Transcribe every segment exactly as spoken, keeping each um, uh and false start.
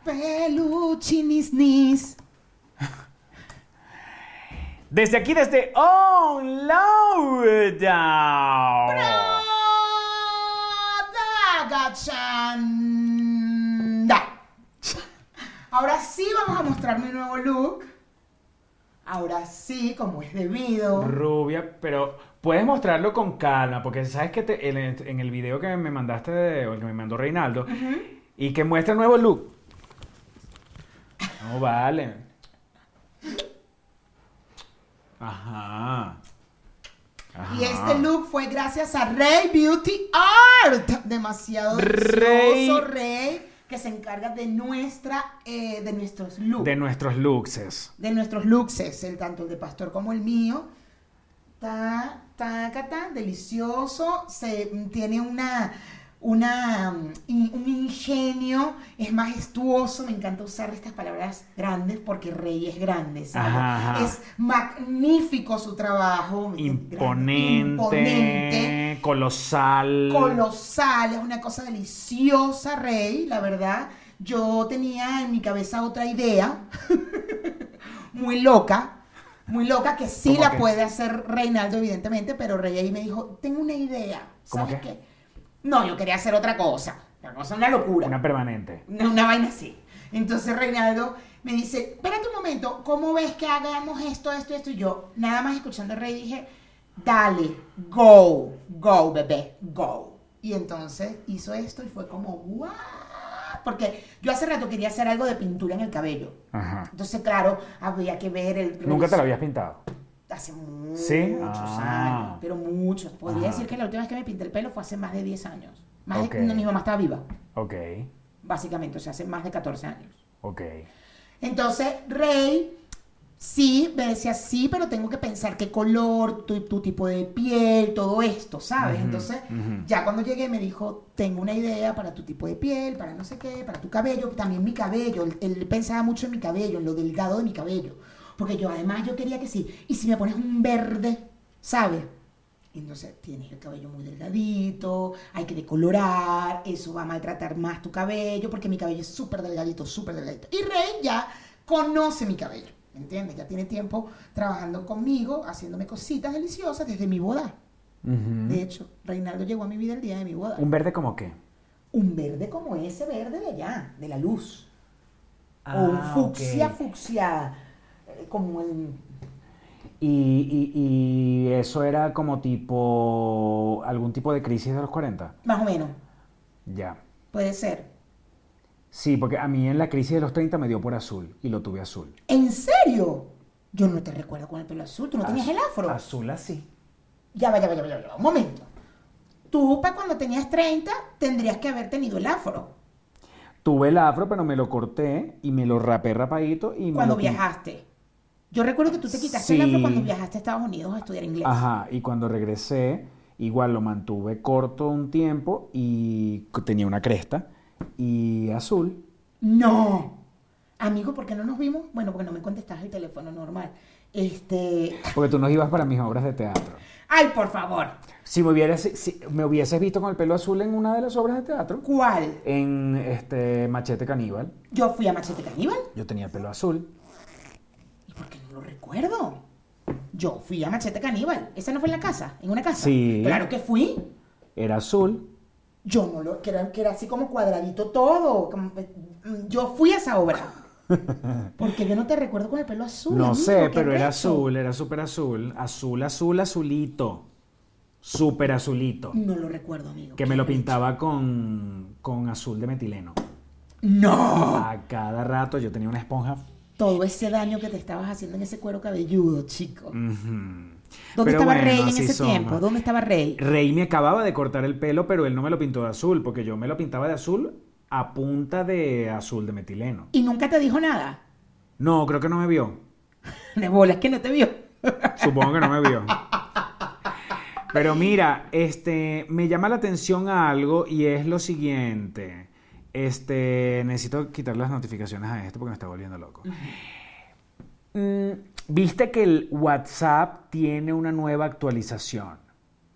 Peluchinis. Desde aquí, desde On Lockdown. Gachanda. Ahora sí vamos a mostrar mi nuevo look. Ahora sí, como es debido. Rubia, pero puedes mostrarlo con calma, porque sabes que te- en, el, en el video que me mandaste, de- o el que me mandó Reinaldo, uh-huh. y que muestra el nuevo look. No vale. Ajá. Ajá. Y este look fue gracias a Rey Beauty Art. Demasiado delicioso, Rey, que se encarga de nuestra, eh, de nuestros looks. De nuestros lookses. De nuestros lookses, el, tanto el de Pastor como el mío. Ta, ta, ta, ta, delicioso. Se, tiene una, una, un ingenio, es majestuoso. Me encanta usar estas palabras grandes porque Rey es grande, ¿sabes? Ajá, ajá. Es magnífico su trabajo. Imponente, imponente, colosal. Colosal, es una cosa deliciosa, Rey, la verdad. Yo tenía en mi cabeza otra idea, muy loca, muy loca, que sí la que? puede hacer Reinaldo, evidentemente, pero Rey ahí me dijo, tengo una idea. ¿Sabes ¿Cómo qué? qué? No, yo quería hacer otra cosa, una cosa, una locura. Una permanente. Una, una vaina así. Entonces Reinaldo me dice, espérate un momento, ¿cómo ves que hagamos esto, esto, esto? Y yo, nada más escuchando a Rey, dije, dale, go, go, bebé, go. Y entonces hizo esto y fue como, ¡guau! Porque yo hace rato quería hacer algo de pintura en el cabello. Ajá. Entonces, claro, había que ver el... ¿Nunca te lo habías pintado? Hace muchos ¿Sí? ah. años, pero muchos. Podría Ajá. decir que la última vez que me pinté el pelo fue hace más de diez años. Más okay. de, no, mi mamá estaba viva. Ok. Básicamente, o sea, hace más de catorce años. Ok. Entonces, Rey... Sí, me decía, sí, pero tengo que pensar qué color, tu, tu tipo de piel, todo esto, ¿sabes? Uh-huh, Entonces, uh-huh. ya cuando llegué me dijo, tengo una idea para tu tipo de piel, para no sé qué, para tu cabello, también mi cabello. Él, él pensaba mucho en mi cabello, en lo delgado de mi cabello. Porque yo, además, yo quería que sí. Y si me pones un verde, ¿sabes? Entonces, tienes el cabello muy delgadito, hay que decolorar, eso va a maltratar más tu cabello, porque mi cabello es súper delgadito, súper delgadito. Y Rey ya conoce mi cabello. ¿Entiendes? Ya tiene tiempo trabajando conmigo, haciéndome cositas deliciosas desde mi boda. Uh-huh. De hecho, Reinaldo llegó a mi vida el día de mi boda. ¿Un verde como qué? Un verde como ese verde de allá, de la luz. Ah, o un fucsia, okay. fucsia, eh, como el... Y, y, y eso era como tipo, algún tipo de crisis de los cuarenta. Más o menos. Ya. Puede ser. Sí, porque a mí en la crisis de los treinta me dio por azul y lo tuve azul. ¿En serio? Yo no te recuerdo con el pelo azul. ¿Tú no tenías azul, el afro? Azul así. Ya va, ya va, ya va, ya va. Un momento. Tú, para cuando tenías treinta, tendrías que haber tenido el afro. Tuve el afro, pero me lo corté y me lo rapé rapadito. Y cuando me lo... viajaste. Yo recuerdo que tú te quitaste sí. el afro cuando viajaste a Estados Unidos a estudiar inglés. Ajá, y cuando regresé, igual lo mantuve corto un tiempo y tenía una cresta. Y azul. No. Amigo, ¿por qué no nos vimos? Bueno, porque no me contestas el teléfono normal. Este... Porque tú no ibas para mis obras de teatro. ¡Ay, por favor! Si me hubieras, si me hubieses visto con el pelo azul en una de las obras de teatro. ¿Cuál? En este Machete Caníbal. ¿Yo fui a Machete Caníbal? Yo tenía el pelo azul. ¿Y por qué no lo recuerdo? Yo fui a Machete Caníbal. ¿Esa no fue en la casa? ¿En una casa? Sí. Claro que fui. Era azul. Yo no lo... Que era, que era así como cuadradito todo. Como, yo fui a esa obra. Porque yo no te recuerdo con el pelo azul. No amigo, sé, pero era recho. azul, era súper azul. Azul, azul, azulito. Súper azulito. No lo recuerdo, amigo. Que me lo pintaba con, con azul de metileno. ¡No! A cada rato yo tenía una esponja. Todo ese daño que te estabas haciendo en ese cuero cabelludo, chico. Uh-huh. ¿Dónde Pero estaba bueno, Rey en así ese somos. tiempo? ¿Dónde estaba Rey? Rey me acababa de cortar el pelo, pero él no me lo pintó de azul, porque yo me lo pintaba de azul a punta de azul de metileno. ¿Y nunca te dijo nada? No, creo que no me vio. De bolas que no te vio. Supongo que no me vio. Pero mira, este, me llama la atención algo y es lo siguiente. Este, necesito quitar las notificaciones a esto porque me está volviendo loco. Uh-huh. Mm, ¿Viste que el WhatsApp tiene una nueva actualización?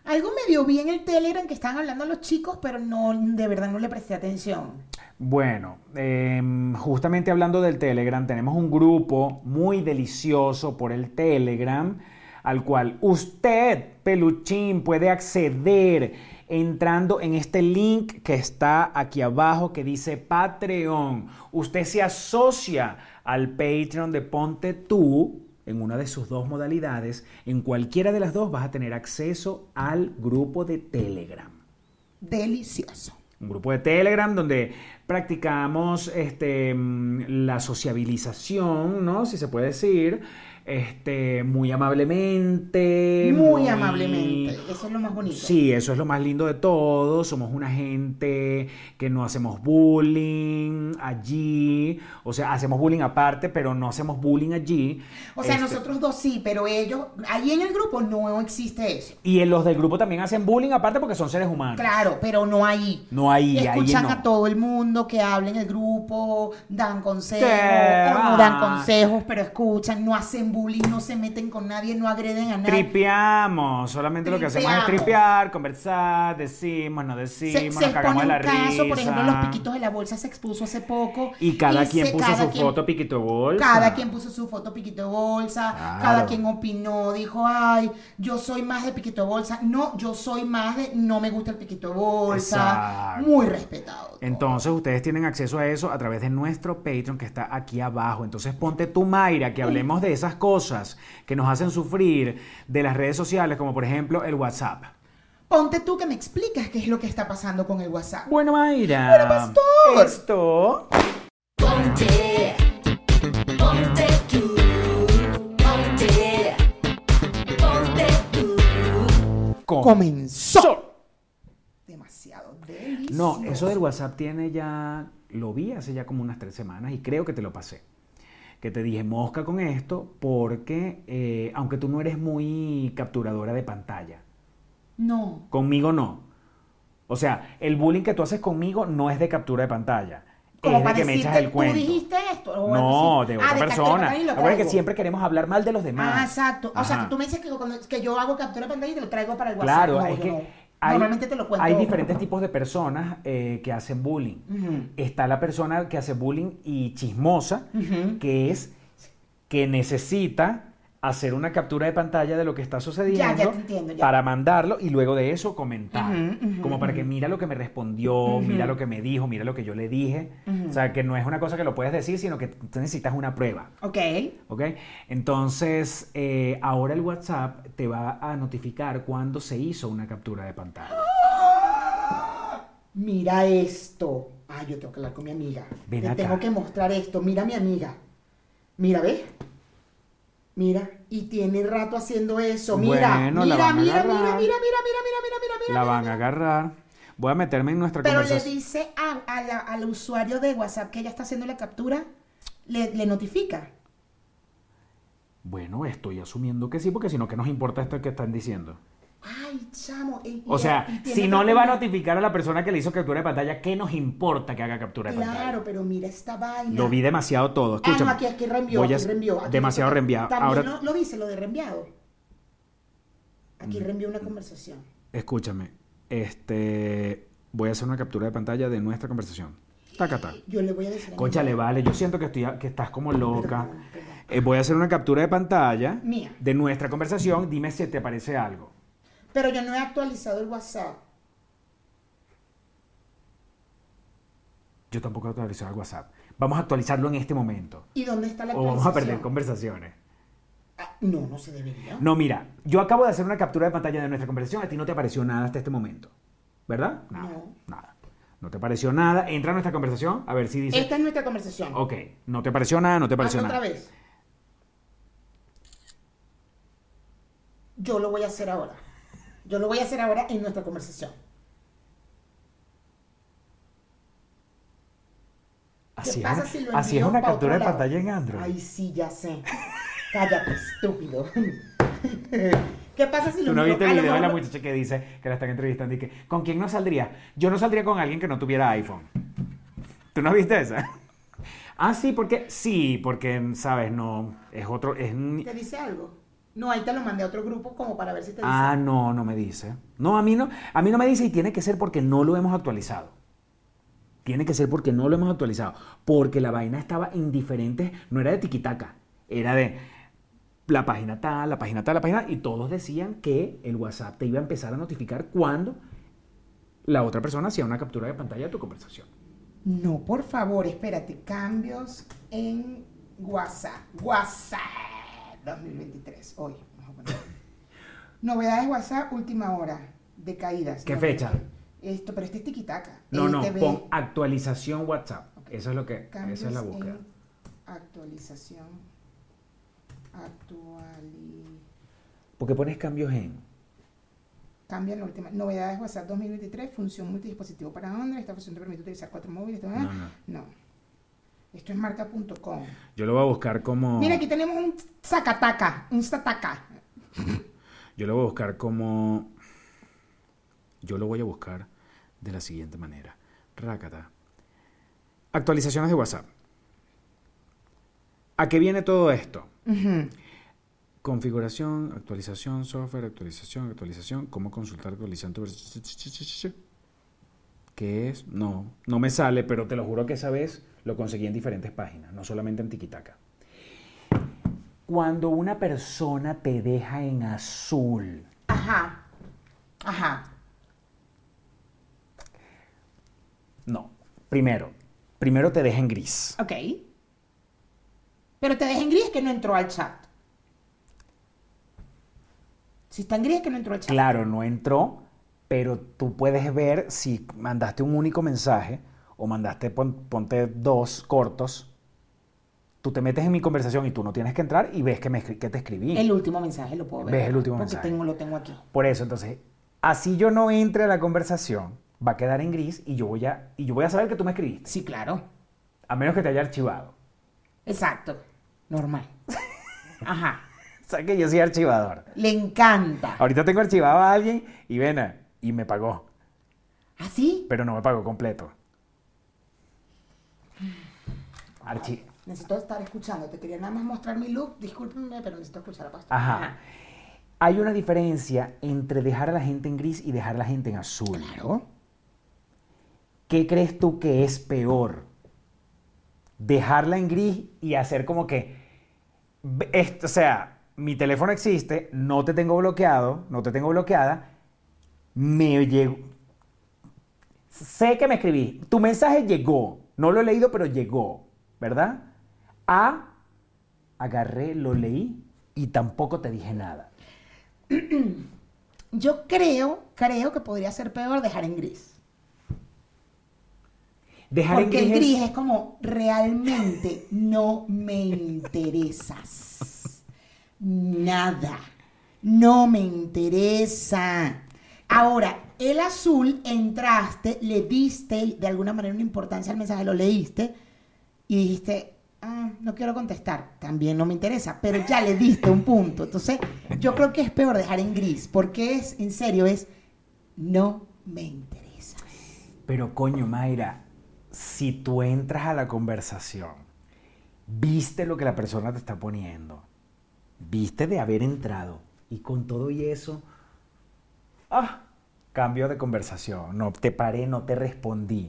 Algo medio vi en el Telegram que estaban hablando los chicos, pero no, de verdad no le presté atención. Bueno, eh, justamente hablando del Telegram, tenemos un grupo muy delicioso por el Telegram, al cual usted, peluchín, puede acceder entrando en este link que está aquí abajo que dice Patreon. Usted se asocia al Patreon de Ponte Tú en una de sus dos modalidades. En cualquiera de las dos vas a tener acceso al grupo de Telegram. Delicioso. Un grupo de Telegram donde practicamos este, la sociabilización, ¿no? Si se puede decir, este, muy amablemente. Muy, muy amablemente, eso es lo más bonito. Sí, eso es lo más lindo de todo. Somos una gente que no hacemos bullying allí. O sea, hacemos bullying aparte, pero no hacemos bullying allí. O sea, este, nosotros dos sí, pero ellos, ahí en el grupo no existe eso. Y en los del grupo también hacen bullying aparte porque son seres humanos. Claro, pero no ahí. No ahí, ahí Escuchan no. a todo el mundo que habla en el grupo, dan consejos, ¿Qué? o no Ah. dan consejos, pero escuchan, no hacen bullying, no se meten con nadie, no agreden a nadie. Tripeamos, solamente lo que hacemos es Tripeamos. tripear, conversar, decimos, no Se, decimos, se nos cagamos de expone la un caso, risa. por ejemplo, los piquitos de la bolsa se expuso hace poco. Y cada quien se- puso cada su quien- foto piquito de bolsa. Cada quien puso su foto piquito de bolsa, Claro. cada quien opinó, dijo, ay, yo soy más de piquito de bolsa, no, yo soy más de, no me gusta el piquito de bolsa, Exacto. muy respetado. todo. Entonces ustedes tienen acceso a eso a través de nuestro Patreon que está aquí abajo. Entonces ponte tú, Mayra, que hablemos de esas cosas que nos hacen sufrir de las redes sociales, como por ejemplo el WhatsApp. Ponte tú que me explicas qué es lo que está pasando con el WhatsApp. Bueno, Mayra. Bueno, pastor. Esto... Ponte, ponte tú, ponte, ponte tú. Comenzó. Demasiado delicioso. No, eso del WhatsApp tiene ya, lo vi hace ya como unas tres semanas y creo que te lo pasé. Que te dije, mosca con esto, porque eh, aunque tú no eres muy capturadora de pantalla, No. conmigo no. O sea, el bullying que tú haces conmigo no es de captura de pantalla. Como Es de para que me echas decirte, el cuento. ¿tú dijiste esto? O algo No, así. de Ah, otra captura persona. pantalla y lo Acuérdate que traigo. siempre queremos hablar mal de los demás. Ah, exacto. O sea, Ajá. que tú me dices que, cuando- que yo hago captura de pantalla y te lo traigo para el WhatsApp. Claro, No, es yo que no. hay, Normalmente te lo cuento. hay diferentes tipos de personas eh, que hacen bullying. Ujú. Está la persona que hace bullying y chismosa, Ujú. que es que necesita hacer una captura de pantalla de lo que está sucediendo Ya, ya te entiendo, ya. para mandarlo y luego de eso comentar. Ujú, ujú, como para que ujú. mira lo que me respondió, mira lo que me dijo, mira lo que yo le dije. Ujú. O sea, que no es una cosa que lo puedes decir, sino que tú necesitas una prueba. Ok. ¿Ok? Entonces, eh, ahora el WhatsApp te va a notificar cuando se hizo una captura de pantalla. Mira esto. Ay, yo tengo que hablar con mi amiga. Ven Te acá. tengo que mostrar esto. Mira a mi amiga. Mira, ¿ves? Mira, y tiene rato haciendo eso. Mira, Bueno, la mira, van a mira, mira, mira, agarrar. mira, mira, mira, mira, mira, mira. La van a agarrar. Voy a meterme en nuestra Pero le conversación. dice a- a la- al usuario de WhatsApp que ella está haciendo la captura, le, le notifica. Bueno, estoy asumiendo que sí, porque si no, ¿qué nos importa esto que están diciendo? Ay, chamo. y- O y- sea, y tiene si no que le va a poner- notificar a la persona que le hizo captura de pantalla, ¿qué nos importa que haga captura de pantalla? Claro, pero mira esta vaina. Lo vi demasiado todo. Ah, Escúchame. no, aquí, aquí reenvió, Voy a- aquí reenvió. Aquí demasiado dice- reenviado. También Ahora, lo, lo dice, lo de reenviado. Aquí Mm. reenvió una conversación. escúchame. Este, voy a hacer una captura de pantalla de nuestra conversación. Taca, taca. Yo le voy a decir a mi Cónchale, mamá. vale, yo siento que, estoy, que estás como loca. Perdón, perdón. Eh, voy a hacer una captura de pantalla Mía. de nuestra conversación. Dime si te parece algo. Pero yo no he actualizado el WhatsApp. Yo tampoco he actualizado el WhatsApp. Vamos a actualizarlo en este momento. ¿Y dónde está la O actualización? vamos a perder conversaciones. Ah, no, no se debería. No, mira, yo acabo de hacer una captura de pantalla de nuestra conversación. A ti no te apareció nada hasta este momento. ¿Verdad? Nada. No. Nada. No te apareció nada. Entra a nuestra conversación a ver si dice. Esta es nuestra conversación. Ok, no te apareció nada, no te apareció Hazlo nada. otra vez. Yo lo voy a hacer ahora. Yo lo voy a hacer ahora en nuestra conversación. Así, ¿Qué pasa es, si lo así es envío una pa' captura de otro lado? pantalla en Android. Ay, sí, ya sé. Cállate, estúpido. ¿Qué pasa si lo ¿Tú no envío? viste A el lo video de la mejor- muchacha que dice que la están entrevistando y que ¿con quién no saldría? Yo no saldría con alguien que no tuviera iPhone. ¿Tú no viste esa? Ah, sí, porque sí, porque sabes, no es otro es un- ¿Te dice algo? No, ahí te lo mandé a otro grupo como para ver si te dice. Ah, no, no me dice. No, a mí no, a mí no me dice y tiene que ser porque no lo hemos actualizado. Tiene que ser porque no lo hemos actualizado. Porque la vaina estaba en diferentes, no era de tiquitaca, era de la página tal, la página tal, la página, y todos decían que el WhatsApp te iba a empezar a notificar cuando la otra persona hacía una captura de pantalla de tu conversación. No, por favor, espérate. Cambios en WhatsApp. WhatsApp dos mil veintitrés. Hoy. Vamos a poner. Novedades WhatsApp, última hora. Decaídas. ¿Qué No, fecha? Esto, pero este es tiquitaca. No, no, L T V. pon actualización WhatsApp. Ok. Eso es lo que, Cambios esa es la búsqueda. en actualización. Actuali... Porque pones cambios en. Cambia la última. Novedades WhatsApp dos mil veintitrés. Función multidispositivo para Android. Esta función te permite utilizar cuatro móviles. No, no. No. Esto es marca punto com. Yo lo voy a buscar como. Mira, aquí tenemos un zacataca. Un zataca. Yo lo voy a buscar como. Yo lo voy a buscar de la siguiente manera. Rácata. Actualizaciones de WhatsApp. ¿A qué viene todo esto? Uh-huh. Configuración, actualización, software, actualización, actualización. ¿Cómo consultar actualizando? ¿Qué es? No, no me sale, pero te lo juro que esa vez lo conseguí en diferentes páginas, no solamente en Tiquitaca. Cuando una persona te deja en azul. Ajá. Ajá. No. Primero, primero te deja en gris. Ok. Pero te deja en gris que no entró al chat. Si está en gris es que no entró al chat. Claro, no entró, pero tú puedes ver si mandaste un único mensaje o mandaste, pon, ponte dos cortos. Tú te metes en mi conversación y tú no tienes que entrar y ves que, me, que te escribí. El último mensaje lo puedo ver. Ves el último porque mensaje. Tengo, lo tengo aquí. Por eso, entonces, así yo no entre a la conversación, va a quedar en gris y yo voy a, y yo voy a saber que tú me escribiste. Sí, claro. A menos que te haya archivado. Exacto. Normal. Ajá. O sea que yo soy archivador. Le encanta. Ahorita tengo archivado a alguien y ven, a- y me pagó, ¿Ah, sí? pero no me pagó completo. Archi Necesito estar escuchando. Te quería nada más mostrar mi look. Discúlpenme, pero necesito escuchar la pasta. Ajá. Hay una diferencia entre dejar a la gente en gris y dejar a la gente en azul. Claro. ¿Qué crees tú que es peor? Dejarla en gris y hacer como que, ve- esto, o sea, mi teléfono existe, no te tengo bloqueado, no te tengo bloqueada, me llegó, sé que me escribí, tu mensaje llegó, no lo he leído, pero llegó, ¿verdad? A, agarré, lo leí y tampoco te dije nada. Yo creo, creo que podría ser peor dejar en gris. Dejar Porque en el gris, gris es- es como, realmente no me interesas. Nada. No me interesa. Ahora, el azul, entraste, le diste de alguna manera una importancia al mensaje, lo leíste y dijiste, ah, no quiero contestar, también no me interesa, pero ya le diste un punto. Entonces, yo creo que es peor dejar en gris, porque es, en serio, es, no me interesa. Pero coño, Mayra, si tú entras a la conversación, viste lo que la persona te está poniendo, viste de haber entrado y con todo y eso, ah, cambio de conversación, no te paré, no te respondí.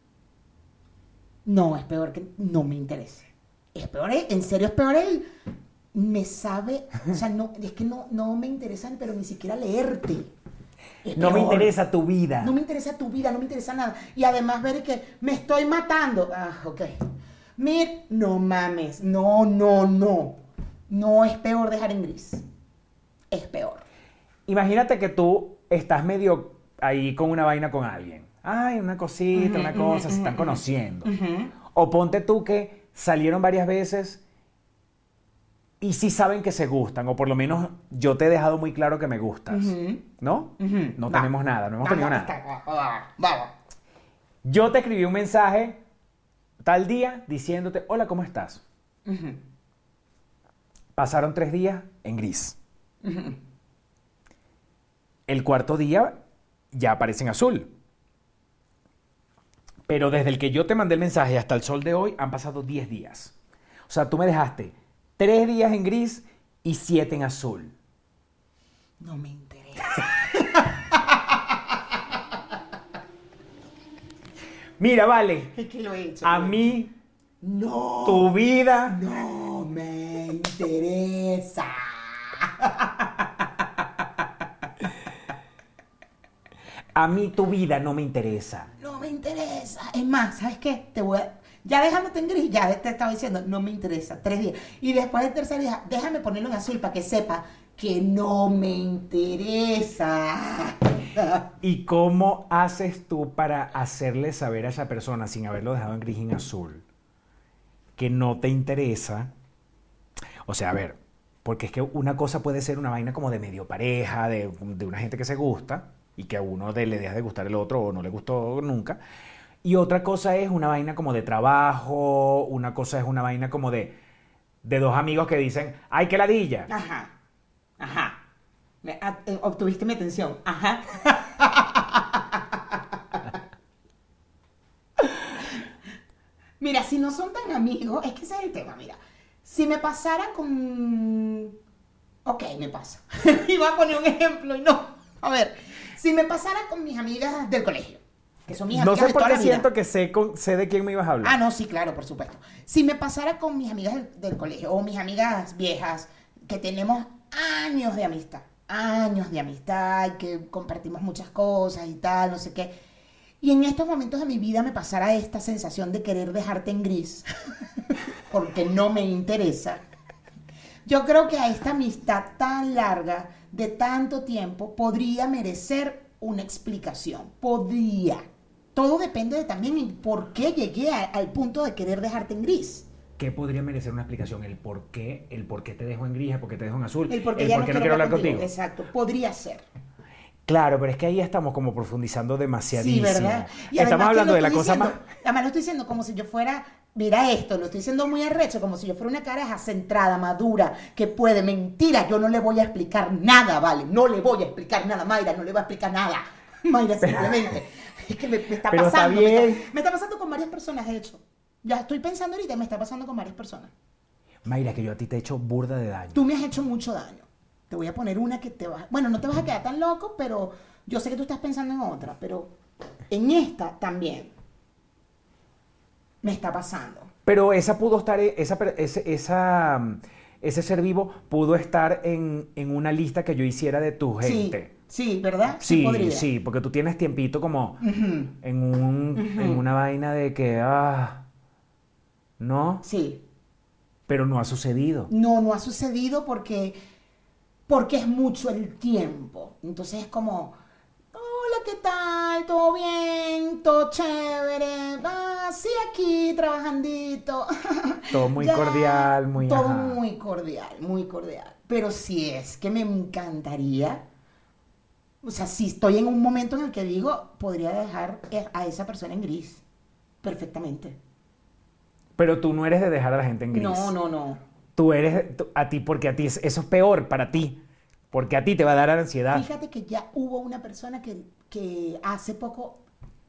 No, es peor que no me interese. Es peor, el- en serio es peor el... Me sabe, o sea, no, es que no, no me interesa, pero ni siquiera leerte. Es No me peor. interesa tu vida. No me interesa tu vida, no me interesa nada. Y además ver que me estoy matando. Ah, ok. Mir, no mames. No, no, no. No es peor dejar en gris. Es peor. Imagínate que tú estás medio ahí con una vaina con alguien. Ay, una cosita, una cosa, se están conociendo. O ponte tú que salieron varias veces y sí saben que se gustan, o por lo menos yo te he dejado muy claro que me gustas, Ujú. ¿no? Ujú. No Va. tenemos nada, no hemos Va, tenido va, nada. está, va, va, va, va. Yo te escribí un mensaje tal día diciéndote, hola, ¿cómo estás? Ujú. Pasaron tres días en gris. El cuarto día ya aparece en azul. Pero desde el que yo te mandé el mensaje hasta el sol de hoy han pasado diez días. O sea, tú me dejaste tres días en gris y siete en azul. No me interesa. Mira, vale, Es que lo he hecho. a lo he mí, hecho. No. tu vida, No me interesa. a mí tu vida no me interesa. No me interesa. Es más, ¿sabes qué? Te voy a... Ya dejándote en gris, ya te estaba diciendo, no me interesa. Tres días. Y después del tercer día, déjame ponerlo en azul para que sepa que no me interesa. ¿Y cómo haces tú para hacerle saber a esa persona, sin haberlo dejado en gris y en azul, que no te interesa? O sea, a ver, porque es que una cosa puede ser una vaina como de medio pareja, de, de una gente que se gusta, y que a uno de, le deja de gustar el otro o no le gustó nunca. Y otra cosa es una vaina como de trabajo, una cosa es una vaina como de, de dos amigos que dicen, ¡ay, qué ladilla! Ajá. Ajá. Me- a- eh, obtuviste mi atención. Ajá. Mira, si no son tan amigos, es que ese es el tema, mira. Si me pasara con... Ok, me pasa. Iba a poner un ejemplo y no. A ver, si me pasara con mis amigas del colegio, que son mis No amigas sé de por toda qué la vida. siento que sé, con- sé de quién me ibas a hablar. Ah, no, sí, claro, por supuesto. Si me pasara con mis amigas del, del colegio o mis amigas viejas, que tenemos años de amistad, años de amistad, que compartimos muchas cosas y tal, no sé qué. Y en estos momentos de mi vida me pasara esta sensación de querer dejarte en gris, porque no me interesa. Yo creo que a esta amistad tan larga, de tanto tiempo, podría merecer una explicación. Podría. Todo depende de también en por qué llegué a- al punto de querer dejarte en gris. ¿Qué podría merecer una explicación? El por qué, el por qué te dejo en gris, el por qué te dejo en azul, El por qué ya no quiero hablar contigo. Exacto, podría ser. Claro, pero es que ahí estamos como profundizando demasiadísimo. Sí, ¿verdad? Y Estamos además que hablando lo de la estoy cosa diciendo- más... Además lo estoy diciendo como si yo fuera, mira esto, lo estoy diciendo muy arrecho, como si yo fuera una caraja centrada, madura, que puede. Mentira, yo no le voy a explicar nada, ¿vale? No le voy a explicar nada, Mayra, no le voy a explicar nada. Mayra, simplemente. Es que me, me está Pero está pasando. me bien. está- me está pasando con varias personas, de hecho. Ya estoy pensando ahorita, me está pasando con varias personas. Mayra, que yo a ti te he hecho burda de daño. Tú me has hecho mucho daño. Te voy a poner una que te va... Bueno, no te vas a quedar tan loco, pero yo sé que tú estás pensando en otra, pero en esta también me está pasando. Pero esa pudo estar, esa, per- ese, esa, mm, ese ser vivo pudo estar en, en una lista que yo hiciera de tu gente. Sí, sí, ¿verdad? Sí, podría. sí, porque tú tienes tiempito como Ujú, en, un, Ujú. en una vaina de que, ah, ¿no? sí. Pero no ha sucedido. No, no ha sucedido porque, porque es mucho el tiempo. Entonces es como, hola, ¿qué tal? ¿Todo bien? ¿Todo chévere? Ah, sí, aquí, trabajandito. Todo muy Ya, cordial, muy... Todo ajá. muy cordial, muy cordial. Pero si es que me encantaría, o sea, si estoy en un momento en el que digo, podría dejar a esa persona en gris, perfectamente. Pero tú no eres de dejar a la gente en gris. No, no, no. Tú eres tú- a ti, porque a ti es- eso es peor para ti. Porque a ti te va a dar ansiedad. Fíjate que ya hubo una persona que, que hace poco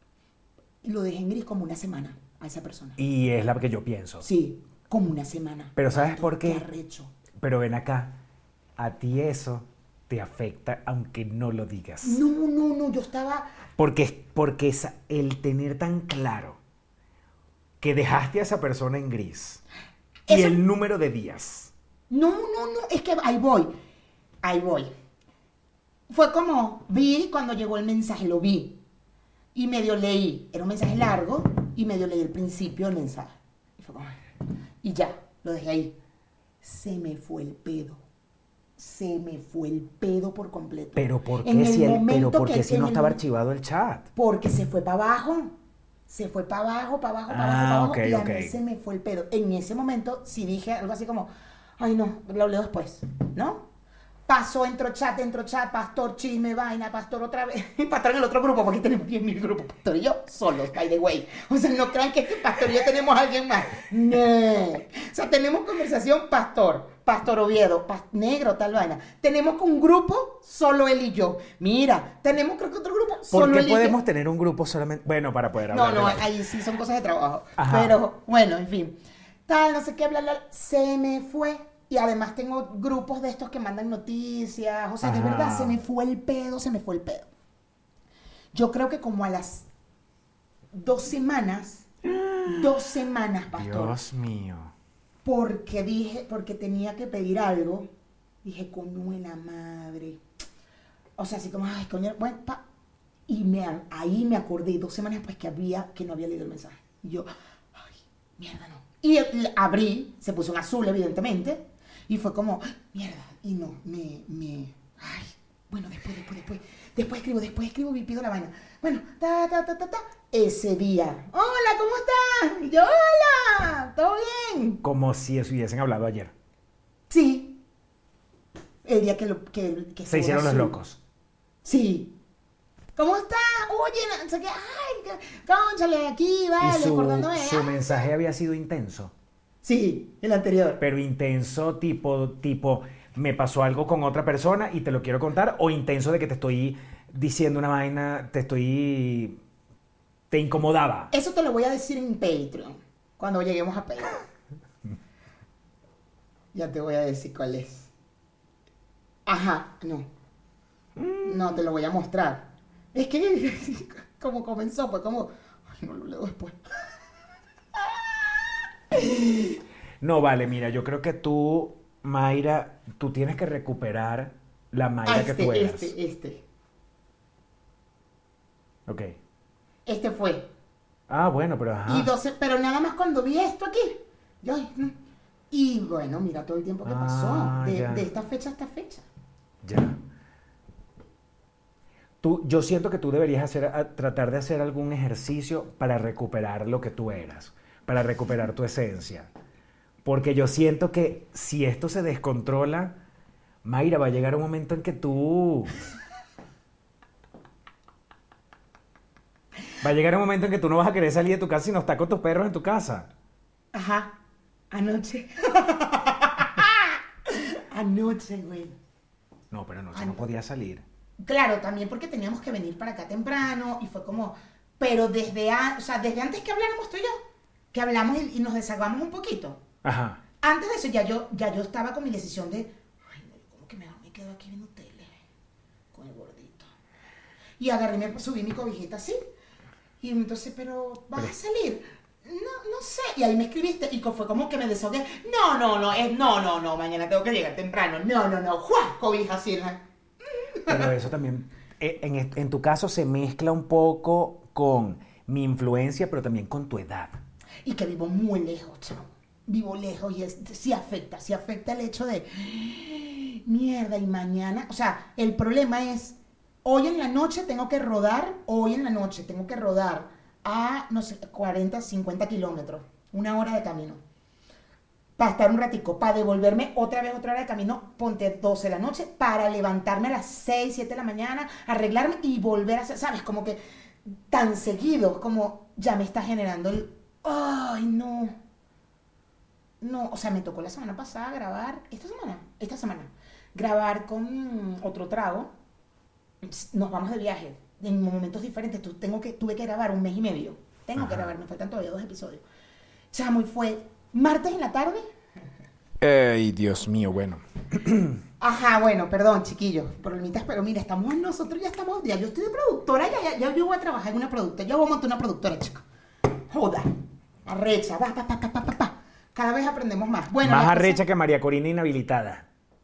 lo dejé en gris como una semana a esa persona. Y es la que yo pienso. Sí, como una semana. Pero ¿sabes por qué? Qué arrecho. Pero ven acá, a ti eso te afecta aunque no lo digas. No, no, no, yo estaba... Porque, porque esa- el tener tan claro que dejaste a esa persona en gris y Eso- el número de días. No, no, no, es que ahí voy, ahí voy. Fue como, vi cuando llegó el mensaje, lo vi. Y medio leí, era un mensaje largo, y medio leí el principio del mensaje. Y fue como, y ya, lo dejé ahí. Se me fue el pedo. Se me fue el pedo por completo. Pero ¿por En qué el si, el- pero momento por qué que- si en no el estaba mo- archivado el chat? Porque se fue para abajo. Se fue para abajo, para abajo, para Ah, abajo, para abajo. ok, y a ok. mí se me fue el pedo. En ese momento sí dije algo así como, ay no, lo leo después, ¿no? Pasó, entró chat, entró chat, pastor, chisme, vaina, pastor otra vez. Pastor en el otro grupo, porque tenemos diez mil grupos. Pastor y yo solos, by the way. O sea, no crean que este pastor y yo tenemos a alguien más. No. O sea, tenemos conversación, pastor, pastor Oviedo, pas- negro, tal vaina. Tenemos un grupo, solo él y yo. Mira, tenemos creo que otro grupo, ¿Por solo qué él y yo. podemos tener un grupo solamente? Bueno, para poder No, hablar. no, de la- ahí sí son cosas de trabajo. Ajá. Pero bueno, en fin. Tal, no sé qué, bla, bla. Se me fue Y además tengo grupos de estos que mandan noticias. O sea, de Ajá. verdad, se me fue el pedo, se me fue el pedo. Yo creo que como a las dos semanas, dos semanas, pastor. Dios mío. Porque dije, porque tenía que pedir algo. Dije, coño de la madre. O sea, así como, ay, coño, bueno, pa. Y me, ahí me acordé dos semanas después que había, que no había leído el mensaje. Y yo, ay, mierda, no. Y el- abrí, se puso en azul, evidentemente. Y fue como, mierda, y no, me, me, ay, bueno, después, después, después, después escribo, después escribo y pido la vaina. Bueno, ta, ta, ta, ta, ta, ese día, hola, ¿cómo estás? Y yo, hola, ¿todo bien? Como si hubiesen hablado ayer. Sí. El día que lo, que, que Se hicieron los azul. locos. Sí. ¿Cómo estás? Oye, no sé qué, ay, que- cónchale, aquí, vale, y su, acordándome. su ah. mensaje había sido intenso. Sí, el anterior. Pero intenso tipo, tipo, me pasó algo con otra persona y te lo quiero contar, o intenso de que te estoy diciendo una vaina, te estoy... te incomodaba. Eso te lo voy a decir en Patreon, cuando lleguemos a Patreon. Ya te voy a decir cuál es. Ajá, no. No, te lo voy a mostrar. Es que, como comenzó, pues como... Ay, no lo leo después. No, vale, mira, yo creo que tú, Mayra, tú tienes que recuperar la Mayra Ah, que tú este, eras. este, este. Ok. Este fue. Ah, bueno, pero ajá. Y doce, pero nada más cuando vi esto aquí. Yo, ay, no. Y bueno, mira todo el tiempo que pasó. Ah, De, ya. de esta fecha a esta fecha. Ya. Tú, yo siento que tú deberías hacer, a- tratar de hacer algún ejercicio para recuperar lo que tú eras, para recuperar tu esencia. Porque yo siento que si esto se descontrola, Mayra, va a llegar un momento en que tú... Va a llegar un momento en que tú no vas a querer salir de tu casa y no estar con tus perros en tu casa. Ajá. Anoche. Anoche, güey. No, pero anoche Ay, no no. podía salir. Claro, también porque teníamos que venir para acá temprano y fue como, pero desde, a- o sea, desde antes que habláramos tú y yo, que hablamos y, y nos desahogamos un poquito. Ajá. Antes de eso ya yo, ya yo estaba con mi decisión de, ay, no, ¿cómo que mejor me quedo aquí viendo tele con el gordito? Y agarré, me subí mi cobijita así. Y entonces, pero, ¿vas Pero- a salir? No, no sé. Y ahí me escribiste y co- fue como que me desahogué. No, no, no, es, no, no, no, mañana tengo que llegar temprano. No, no, no, ¡juá! Cobija así. ¿no? Pero eso también, eh, en, est- en tu caso se mezcla un poco con mi influencia, pero también con tu edad. Y que vivo muy lejos, chavo. Vivo lejos y es, sí afecta, sí afecta el hecho de, mierda, y mañana, o sea, el problema es, hoy en la noche tengo que rodar, hoy en la noche tengo que rodar a, no sé, cuarenta, cincuenta kilómetros, una hora de camino. Para estar un ratico, para devolverme otra vez otra hora de camino, ponte doce de la noche, para levantarme a las seis, siete de la mañana, arreglarme y volver a hacer, ¿sabes? Como que tan seguido, como ya me está generando el, ay, no. No, o sea, me tocó la semana pasada grabar, esta semana, esta semana, grabar con otro trago. Nos vamos de viaje en momentos diferentes. Tu- Tengo que, tuve que grabar un mes y medio. Tengo que Ajá. grabar, me faltan todavía dos episodios. Chamo, y fue martes en la tarde. Ay, Dios mío, bueno. Ajá, bueno, perdón, chiquillos, problemitas, pero mira, estamos nosotros, ya estamos, ya yo estoy de productora, ya, ya, ya yo voy a trabajar en una productora, yo voy a montar una productora, chica. Joda, arrecha, va, pa, pa, pa, pa, pa, pa. Cada vez aprendemos más. Bueno, Más la cosa- arrecha que María Corina inhabilitada.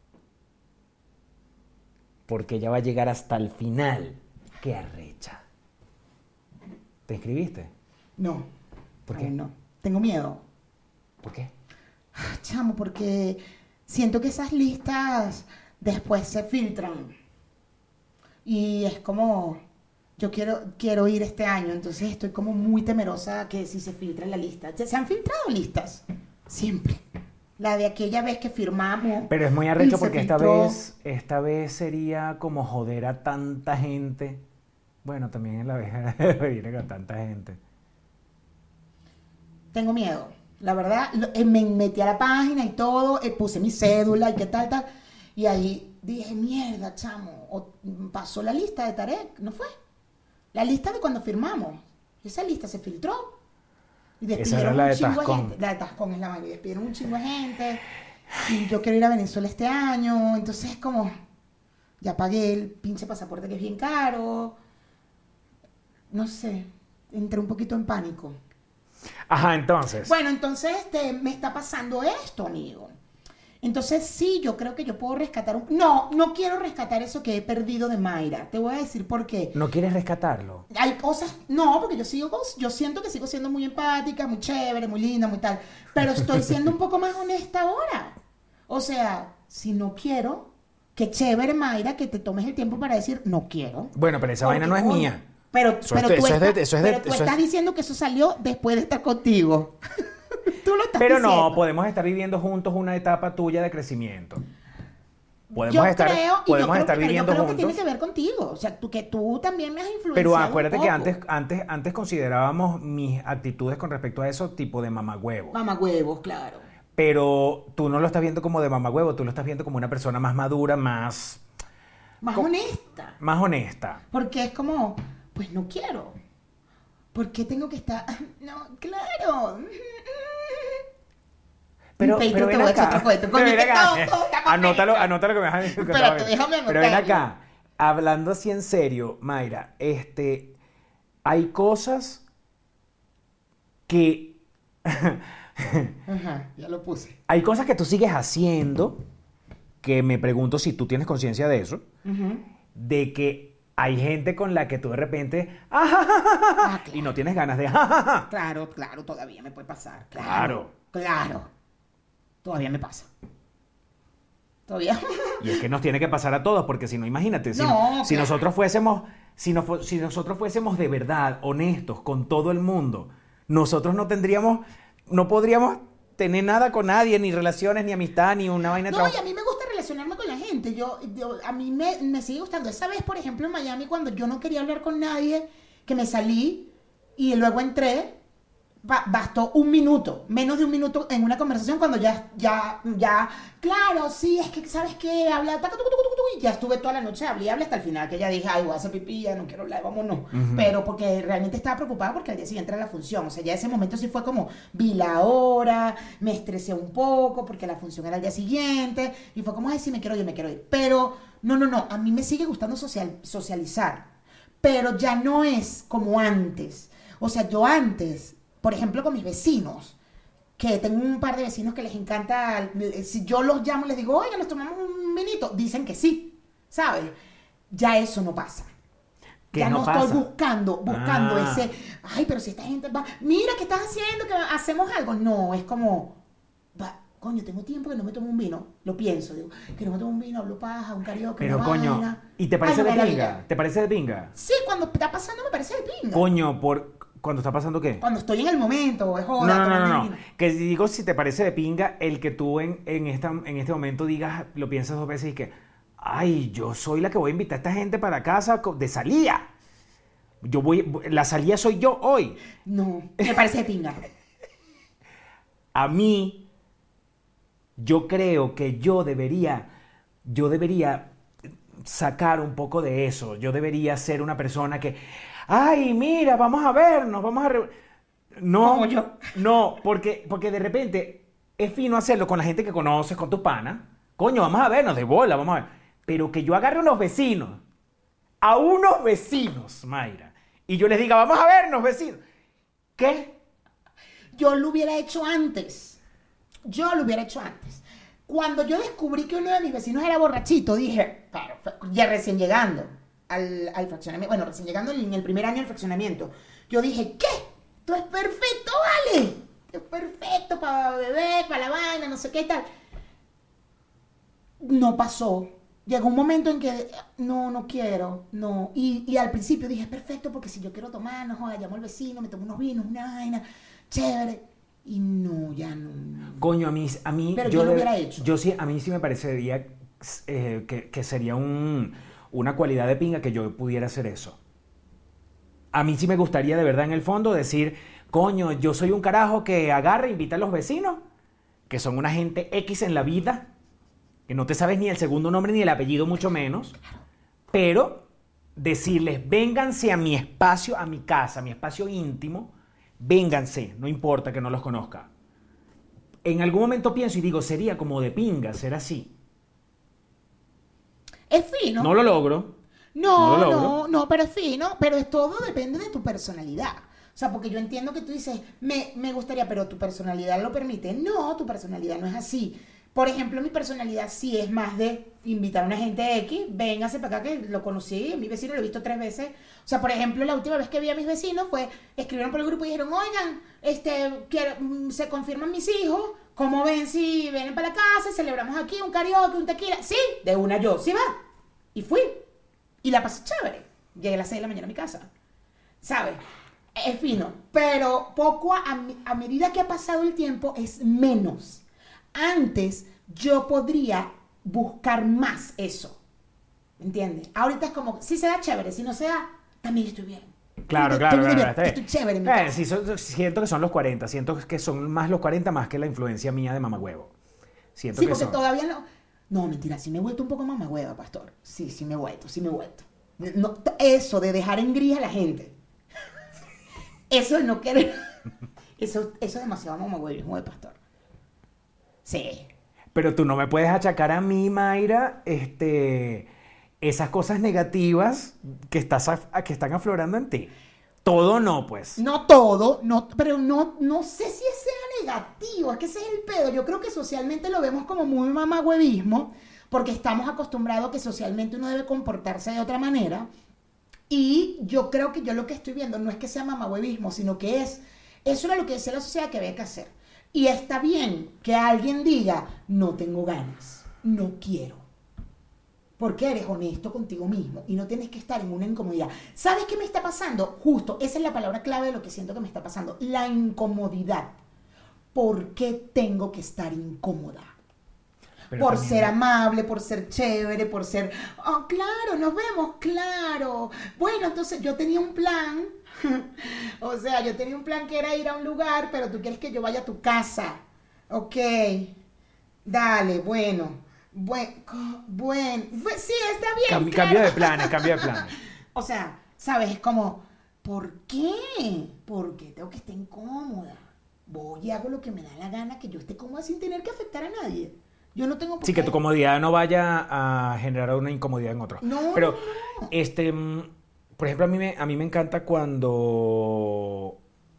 Porque ella va a llegar hasta el final. ¡Qué arrecha! ¿Te inscribiste? No. ¿Por qué? aún no. Tengo miedo. ¿Por qué? Ah, chamo, porque siento que esas listas después se filtran. Y es como, yo quiero, quiero ir este año, entonces estoy como muy temerosa que si se filtra la lista. Se, se han filtrado listas, siempre. La de aquella vez que firmamos. Pero es muy y arrecho se porque esta filtró. vez, esta vez sería como joder a tanta gente. Bueno, también en la vez viene con tanta gente. Tengo miedo. La verdad, lo- eh, me metí a la página y todo, eh, puse mi cédula y qué tal, tal. Y ahí dije, mierda, chamo. o- pasó la lista de Tarek, ¿no fue? La lista de cuando firmamos. Esa lista se filtró. Y Esa era despidieron la un de chingo de Tascón. gente. La de Tascón es la mayoría. Despidieron un chingo de gente. y yo quiero ir a Venezuela este año, entonces es como, ya pagué el pinche pasaporte que es bien caro, no sé, entré un poquito en pánico. Ajá, entonces. Bueno, entonces este, me está pasando esto, amigo. Entonces sí, yo creo que yo puedo rescatar un... No, no quiero rescatar eso que he perdido de Mayra. Te voy a decir por qué. ¿No quieres rescatarlo? Hay cosas... No, porque yo sigo... Yo siento que sigo siendo muy empática, muy chévere, muy linda, muy tal. Pero estoy siendo un poco más honesta ahora. O sea, si no quiero, qué chévere, Mayra, que te tomes el tiempo para decir no quiero. Bueno, pero esa Porque, vaina no es coño, mía. Pero, Eso pero es de- tú, eso es de- estás, eso es de- pero tú eso estás es- diciendo que eso salió después de estar contigo. Tú lo estás Pero diciendo. no, podemos estar viviendo juntos una etapa tuya de crecimiento. Podemos yo estar, creo, y podemos yo creo estar que, pero viviendo yo creo juntos. que tiene que ver contigo. O sea, tú, que tú también me has influenciado Pero un acuérdate que poco. antes, antes, antes considerábamos mis actitudes con respecto a eso tipo de mamagüevo. Mamá huevos, claro. Pero tú no lo estás viendo como de mamagüevo, tú lo estás viendo como una persona más madura, más, Más ¿Cómo? honesta. más honesta. Porque es como, pues no quiero. ¿Por qué tengo que estar? No, claro. Pero, Patreon pero te ven voy a echar acá. otro cuento. Pero Coño, ven que acá. todo, todo está Anótalo, perfecto. anótalo que me vas a decir. Espérate, déjame Pero ven anotarlo. acá, hablando así en serio, Mayra, este, hay cosas que, Ajá, ya lo puse. hay cosas que tú sigues haciendo, que me pregunto si tú tienes conciencia de eso, Ujú. de que hay gente con la que tú de repente, ¡ah, Ah, y claro. no tienes ganas de, ¡ah, ja, ja! Claro, claro, todavía me puede pasar. Claro. Claro. Claro. Todavía me pasa. Todavía. Y es que nos tiene que pasar a todos, porque si no, imagínate, si, No, si claro. nosotros fuésemos, si, no fu- si nosotros fuésemos de verdad honestos con todo el mundo, nosotros no tendríamos, no podríamos tener nada con nadie, ni relaciones, ni amistad, ni una vaina de No, y trabajo. a mí me gusta relacionarme con la gente. Yo, yo- a mí me, me sigue gustando. Esa vez, por ejemplo, en Miami, cuando yo no quería hablar con nadie, que me salí y luego entré, ba- bastó un minuto, menos de un minuto en una conversación cuando ya, ya, ya, claro, sí, es que, ¿sabes qué? Habla, taca, tucu, tucu, tucu, tucu, y ya estuve toda la noche, hablé, hablé hasta el final, que ya dije, ay, voy a hacer pipí, ya no quiero hablar, vámonos. Pero porque realmente estaba preocupada porque al día siguiente era la función, o sea, ya ese momento sí fue como, vi la hora, me estresé un poco porque la función era al día siguiente, y fue como, ay, sí, me quiero ir, me quiero ir. Pero, no, no, no, a mí me sigue gustando social, socializar, pero ya no es como antes. O sea, yo antes, por ejemplo, con mis vecinos, que tengo un par de vecinos que les encanta, si yo los llamo y les digo, oiga, nos tomamos un vinito, dicen que sí, ¿sabes? Ya eso no pasa. ¿Qué Ya no no, pasa? estoy buscando, buscando Ah. ese, ay, pero si esta gente va, mira, ¿qué estás haciendo? Que hacemos algo. No, es como, va, coño, tengo tiempo que no me tomo un vino, lo pienso, digo, que no me tomo un vino, hablo paja, un karaoke, Pero una coño, vaina. ¿y te parece Ay, de no, la pinga? vida. ¿Te parece de pinga? Sí, cuando está pasando me parece de pinga. Coño, por cuando está pasando qué? Cuando estoy en el momento, es No, joda. no, no, tomando no, el no. vino. Que digo si te parece de pinga el que tú en, en, esta, en este momento digas, lo piensas dos veces y que, ay, yo soy la que voy a invitar a esta gente para casa co- de salida. Yo voy, la salida soy yo hoy. No, me parece de pinga. A mí, yo creo que yo debería, yo debería sacar un poco de eso. Yo debería ser una persona que, ay, mira, vamos a vernos, vamos a... re-". No, Como yo. no, porque, porque de repente es fino hacerlo con la gente que conoces, con tus panas. Coño, vamos a vernos de bola, vamos a ver. Pero que yo agarre a unos vecinos, a unos vecinos, Mayra, y yo les diga, vamos a vernos, vecinos. ¿Qué? Yo lo hubiera hecho antes. Yo lo hubiera hecho antes. Cuando yo descubrí que uno de mis vecinos era borrachito, dije, claro, fue- ya recién llegando al, al fraccionamiento, bueno, recién llegando en el primer año del fraccionamiento, yo dije, ¿qué? Esto es perfecto, vale. Esto es perfecto para beber, para la vaina, no sé qué tal. No pasó. Llegó un momento en que, no, no quiero, no. Y, y al principio dije, es perfecto, porque si yo quiero tomar, no joda, llamo al vecino, me tomo unos vinos, una vaina, chévere. Y no, ya no. no. Coño, a mí, a mí Pero yo lo de- hubiera hecho. Yo sí, a mí sí me parecería eh, que, que sería un, una cualidad de pinga que yo pudiera hacer eso. A mí sí me gustaría de verdad en el fondo decir, coño, yo soy un carajo que agarra e invita a los vecinos, que son una gente X en la vida, que no te sabes ni el segundo nombre ni el apellido, mucho menos, pero decirles, vénganse a mi espacio, a mi casa, a mi espacio íntimo, vénganse, no importa que no los conozca. en algún momento pienso y digo, sería como de pinga ser así. Es fino. No lo logro. No, No lo no, logro. no, pero es fino, pero es todo depende de tu personalidad. O sea, porque yo entiendo que tú dices, me, me gustaría, pero tu personalidad lo permite. No, tu personalidad no es así. Por ejemplo, mi personalidad sí es más de invitar a una gente X, véngase para acá que lo conocí, mi vecino lo he visto tres veces. O sea, por ejemplo, la última vez que vi a mis vecinos fue, escribieron por el grupo y dijeron, oigan, este, quiero- mm, se confirman mis hijos, ¿cómo ven si vienen para la casa, celebramos aquí un karaoke, un tequila? Sí, de una yo, sí va. Y fui. Y la pasé chévere. Llegué a las seis de la mañana a mi casa. ¿Sabes? Es fino. Pero poco a, a mi- a medida que ha pasado el tiempo es menos. Antes yo podría buscar más eso. ¿Me entiendes? Ahorita es como, si se da chévere, si no se da, también estoy bien. Claro, Estoy- claro, estoy claro, bien, está bien. Estoy chévere en mi Eh, casa. sí, son- siento que son los cuarenta, siento que son más los cuarenta más que la influencia mía de mamagüevo. Siento Sí, que porque son. todavía no. No, mentira, sí me he vuelto un poco más hueva, pastor. Sí, sí me he vuelto, sí me he vuelto. No, t- eso de dejar en gris a la gente. Eso de no querer. Eso, eso es demasiado mamahuevismo de pastor. Sí. Pero tú no me puedes achacar a mí, Mayra, este, esas cosas negativas que, estás af- que están aflorando en ti. Todo no, pues. No todo, no, pero no, no sé si sea negativo, es que ese es el pedo. Yo creo que socialmente lo vemos como muy mamahuevismo, porque estamos acostumbrados que socialmente uno debe comportarse de otra manera. Y yo creo que yo lo que estoy viendo no es que sea mamahuevismo, sino que es, eso era lo que decía la sociedad que había que hacer. Y está bien que alguien diga, no tengo ganas, no quiero. Porque eres honesto contigo mismo y no tienes que estar en una incomodidad. ¿Sabes qué me está pasando? Justo, esa es la palabra clave de lo que siento que me está pasando. La incomodidad. ¿Por qué tengo que estar incómoda? Pero Por también- ser amable, por ser chévere, por ser... Oh, claro, nos vemos, claro. Bueno, entonces yo tenía un plan. O sea, yo tenía un plan que era ir a un lugar, pero tú quieres que yo vaya a tu casa. Ok. Dale, bueno. Buen, co- buen, buen- sí, está bien. Cam- claro. Cambio de planes, cambio de planes. O sea, ¿sabes? Es como, ¿por qué? Porque tengo que estar incómoda. Voy y hago lo que me da la gana, que yo esté cómoda sin tener que afectar a nadie. Yo no tengo por Sí, qué. que tu comodidad no vaya a generar una incomodidad en otro. No, Pero, no, no. este, mm, por ejemplo, a mí me, a mí me encanta cuando...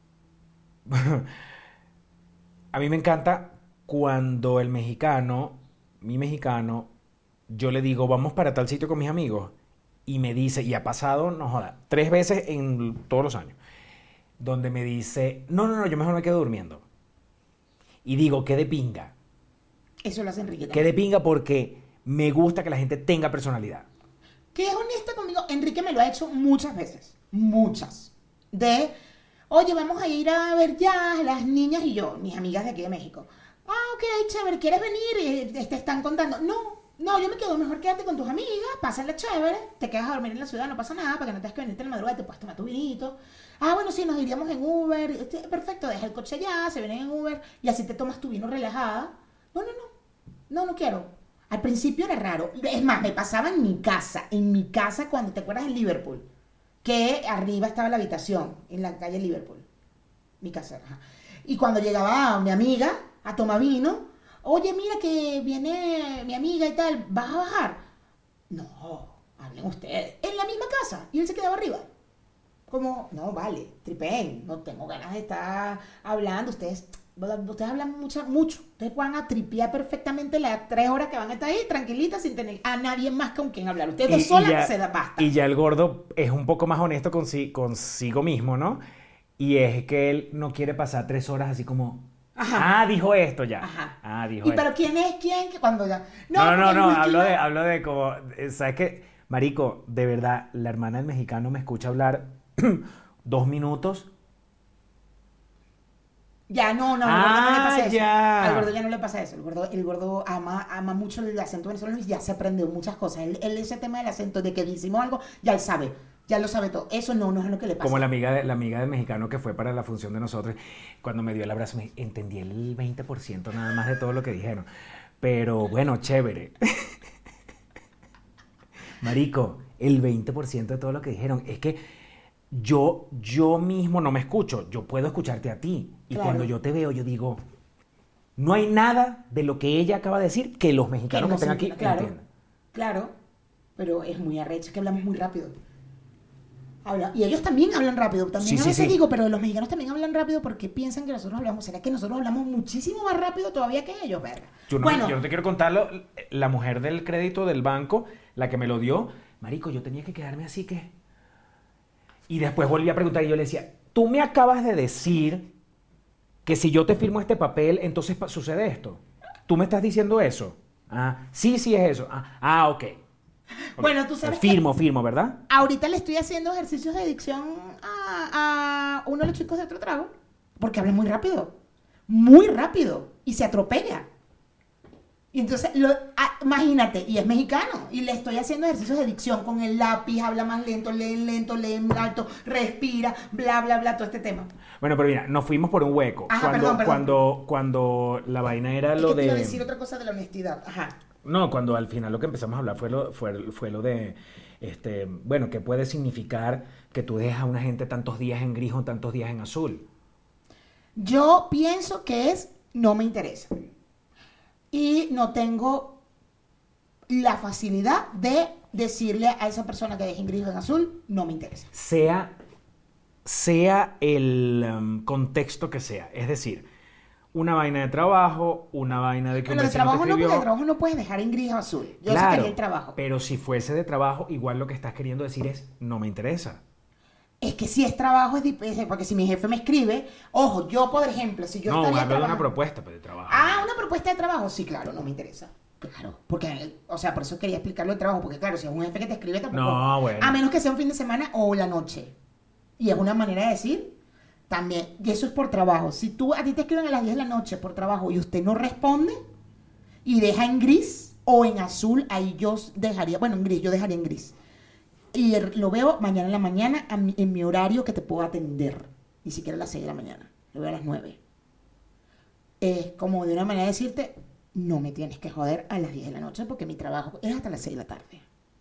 a mí me encanta cuando el mexicano, mi mexicano, yo le digo, vamos para tal sitio con mis amigos, y me dice, y ha pasado, no joda, tres veces en todos los años, donde me dice, no, no, no, yo mejor me quedo durmiendo. Y digo, qué de pinga. Eso lo hace Enrique Que también. de pinga porque me gusta que la gente tenga personalidad. Que es honesta conmigo. Enrique me lo ha hecho muchas veces. Muchas. De, oye, vamos a ir a ver ya las niñas y yo, mis amigas de aquí de México. Ah, ok, chévere, ¿quieres venir? Y te están contando. No, no, yo me quedo, mejor quédate con tus amigas, pásenla chévere, te quedas a dormir en la ciudad, no pasa nada, para que no tengas que venirte en la madrugada, te puedes tomar tu vinito. Ah, bueno, sí, nos iríamos en Uber. Este, perfecto, deja el coche allá, se vienen en Uber y así te tomas tu vino relajada. No, no, no. No, no quiero. Al principio era raro. Es más, me pasaba en mi casa. En mi casa, cuando te acuerdas en Liverpool. Que arriba estaba la habitación, en la calle Liverpool. Mi casa. Ajá. Y cuando llegaba mi amiga a tomar vino, oye, mira que viene mi amiga y tal, ¿vas a bajar? No, hablen ustedes. En la misma casa. Y él se quedaba arriba. Como, no, vale, tripeen. No tengo ganas de estar hablando. Ustedes... Ustedes hablan mucho, mucho. Ustedes van a tripear perfectamente las tres horas que van a estar ahí, tranquilitas, sin tener a nadie más con quien hablar. Ustedes dos solas ya, se da basta. y ya el gordo es un poco más honesto consi- consigo mismo, ¿no? Y es que él no quiere pasar tres horas así como... Ajá. Ah, dijo esto ya. Ajá. Ah, dijo ¿Y esto. pero quién es quién? Que cuando ya... No, no, porque no, el hablo último- de, hablo de como... eh, ¿Sabes qué? Marico, de verdad, la hermana del mexicano me escucha hablar dos minutos... Ya, no, no, al Ah, gordo no le pasa eso. ya. Al gordo ya no le pasa eso. El gordo, el gordo ama, ama mucho el acento venezolano y ya se aprendió muchas cosas. Él, él ese tema del acento, de que decimos algo, ya él sabe. Ya lo sabe todo. Eso no, no es lo que le pasa. Como la amiga, de, la amiga del mexicano que fue para la función de nosotros, cuando me dio el abrazo, me entendí el veinte por ciento nada más de todo lo que dijeron. Pero bueno, chévere. Marico, el veinte por ciento de todo lo que dijeron. Es que yo, yo mismo no me escucho. Yo puedo escucharte a ti. Y Claro. cuando yo te veo, yo digo, No hay nada de lo que ella acaba de decir que los mexicanos que, no estén se aquí entienda, claro, entiendan. claro, pero es muy arrecho, es que hablamos muy rápido. Habla, y ellos también hablan rápido, también Sí, a sí, veces sí. digo, pero los mexicanos también hablan rápido porque piensan que nosotros hablamos, ¿será que nosotros hablamos muchísimo más rápido todavía que ellos, verga? Yo no, Bueno, yo no te quiero contarlo. La mujer del crédito del banco, la que me lo dio, marico, yo tenía que quedarme así que... Y después volví a preguntar y yo le decía, tú me acabas de decir que si yo te firmo este papel, entonces pa- sucede esto. ¿Tú me estás diciendo eso? Ah, sí, sí es eso. Ah, ah ok. Ok. Bueno, tú sabes que- Firmo, firmo, ¿verdad? ahorita le estoy haciendo ejercicios de dicción a, a uno de los chicos de otro trago, porque habla muy rápido, muy rápido, y se atropella. Y entonces, lo, ah, imagínate, y es mexicano, y le estoy haciendo ejercicios de dicción con el lápiz, habla más lento, lee lento, lee alto, respira, bla, bla, bla, todo este tema. Bueno, pero mira, nos fuimos por un hueco. Ajá, cuando, perdón, perdón. cuando, cuando la vaina era Es lo que te de... iba a decir otra cosa de la honestidad. Ajá. No, cuando al final lo que empezamos a hablar fue lo, fue, fue lo de, este, bueno, ¿qué puede significar que tú dejas a una gente tantos días en gris o tantos días en azul? Yo pienso que es no me interesa. Y no tengo la facilidad de decirle a esa persona que deje en gris o en azul, no me interesa. Sea, sea el um, contexto que sea. Es decir, una vaina de trabajo, una vaina de que Bueno, un de vecino te trabajo no, porque escribió. de trabajo no puedes dejar en gris o azul. Yo Claro, sacaría el trabajo. pero si fuese de trabajo, igual lo que estás queriendo decir es, no me interesa. Es que si es trabajo, es dip- es- porque si mi jefe me escribe, ojo, yo por ejemplo, si yo no, estaría hablo de una trabajando- propuesta pues, de trabajo. Ah, una propuesta de trabajo, sí, claro, no me interesa. Claro, porque, o sea, por eso quería explicarlo de trabajo, porque claro, si es un jefe que te escribe tampoco. No, bueno. A menos que sea un fin de semana o la noche. Y es una manera de decir también, y eso es por trabajo. Si tú, a ti te escriben a las diez de la noche por trabajo y usted no responde y deja en gris o en azul, ahí yo dejaría, bueno, en gris, yo dejaría en gris. Y er- lo veo mañana en la mañana a mi- en mi horario que te puedo atender. Ni siquiera a las seis de la mañana. Lo veo a las nueve. Es como de una manera de decirte, no me tienes que joder a las diez de la noche porque mi trabajo es hasta las seis de la tarde.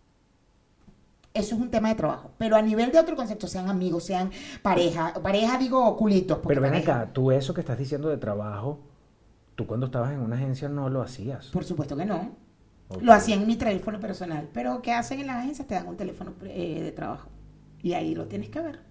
Eso es un tema de trabajo. Pero a nivel de otro concepto, sean amigos, sean pareja. Pareja digo culitos. porque Pero ven pareja- acá, tú eso que estás diciendo de trabajo, tú cuando estabas en una agencia no lo hacías. Por supuesto que no. Ok. Lo hacía en mi teléfono personal. Pero ¿qué hacen en las agencias? Te dan un teléfono eh, de trabajo. Y ahí lo tienes que ver.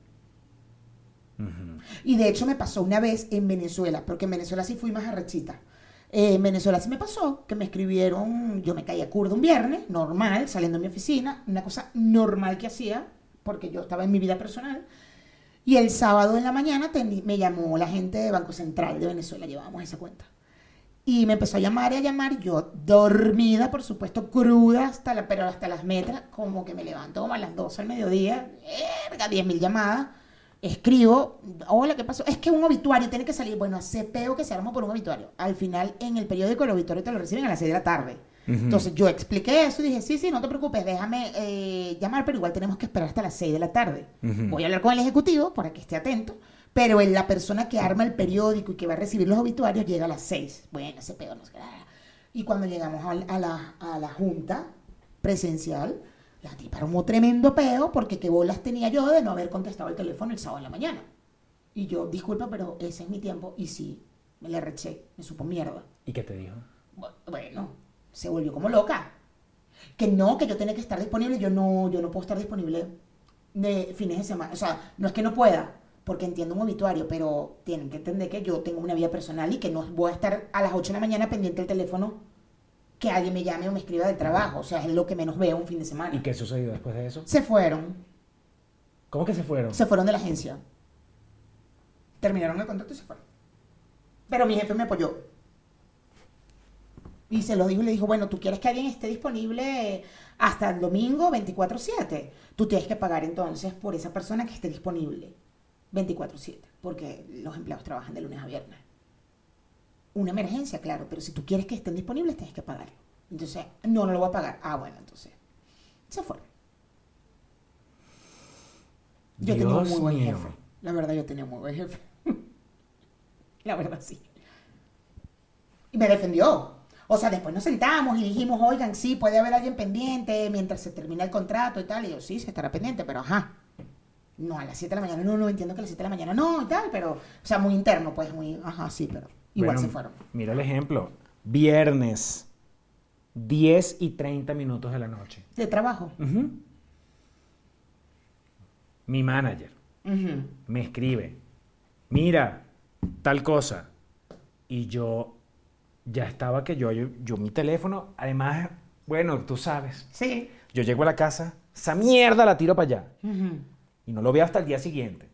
Ujú. Y de hecho me pasó una vez en Venezuela, porque en Venezuela sí fui más arrechita. Eh, en Venezuela sí me pasó que me escribieron, yo me caía curda un viernes, normal, saliendo de mi oficina, una cosa normal que hacía, porque yo estaba en mi vida personal. Y el sábado en la mañana teni- me llamó la gente de Banco Central de Venezuela, llevábamos esa cuenta. Y me empezó a llamar y a llamar, yo dormida, por supuesto, cruda, hasta la, pero hasta las metras, como que me levanto como a las doce al mediodía, verga, diez mil llamadas, escribo, hola, ¿qué pasó? Es que un obituario tiene que salir, bueno, hace peo que se arma por un obituario. Al final, en el periódico, el obituario te lo reciben a las seis de la tarde. Ujú. Entonces, yo expliqué eso y dije, sí, sí, no te preocupes, déjame eh, llamar, pero igual tenemos que esperar hasta las seis de la tarde. Ujú. Voy a hablar con el ejecutivo para que esté atento. Pero en la persona que arma el periódico y que va a recibir los obituarios llega a las seis. Bueno, ese pedo nos queda. Y cuando llegamos al- a la, a la junta presencial, la tipa armó tremendo peo porque qué bolas tenía yo de no haber contestado el teléfono el sábado en la mañana. Y yo, disculpa, pero ese es mi tiempo. Y sí, me le reché, me supo mierda. ¿Y qué te dijo? Bu- Bueno, se volvió como loca. Que no, que yo tenía que estar disponible. Yo no, yo no puedo estar disponible de fines de semana. O sea, no es que no pueda, porque entiendo un obituario, pero tienen que entender que yo tengo una vida personal y que no voy a estar a las ocho de la mañana pendiente del teléfono que alguien me llame o me escriba del trabajo. O sea, es lo que menos veo un fin de semana. ¿Y qué sucedió después de eso? Se fueron. ¿Cómo que se fueron? Se fueron de la agencia. Terminaron el contrato y se fueron. Pero mi jefe me apoyó. Y se lo dijo y le dijo, bueno, tú quieres que alguien esté disponible hasta el domingo veinticuatro siete. Tú tienes que pagar entonces por esa persona que esté disponible veinticuatro siete. Porque los empleados trabajan de lunes a viernes. Una emergencia, claro, pero si tú quieres que estén disponibles tienes que pagarlo. Entonces, no, no lo voy a pagar. Ah, bueno, entonces, se fueron. Yo tenía un Dios muy buen mío. jefe. La verdad, yo tenía un muy buen jefe. La verdad, sí. Y me defendió. O sea, después nos sentamos y dijimos, oigan, sí, puede haber alguien pendiente mientras se termina el contrato y tal. Y yo, sí, se estará pendiente, pero ajá. No, a las siete de la mañana, no, no entiendo que a las siete de la mañana, no, y tal, pero, o sea, muy interno, pues, muy, ajá, sí, pero igual Bueno, se fueron. Mira el ejemplo. Viernes, diez y treinta minutos de la noche. De trabajo. Ujú. Mi manager Ujú. me escribe, mira, tal cosa. Y yo ya estaba que yo, yo, yo mi teléfono, además, bueno, tú sabes, Sí. yo llego a la casa, esa mierda la tiro para allá. Ujú. Y no lo veo hasta el día siguiente.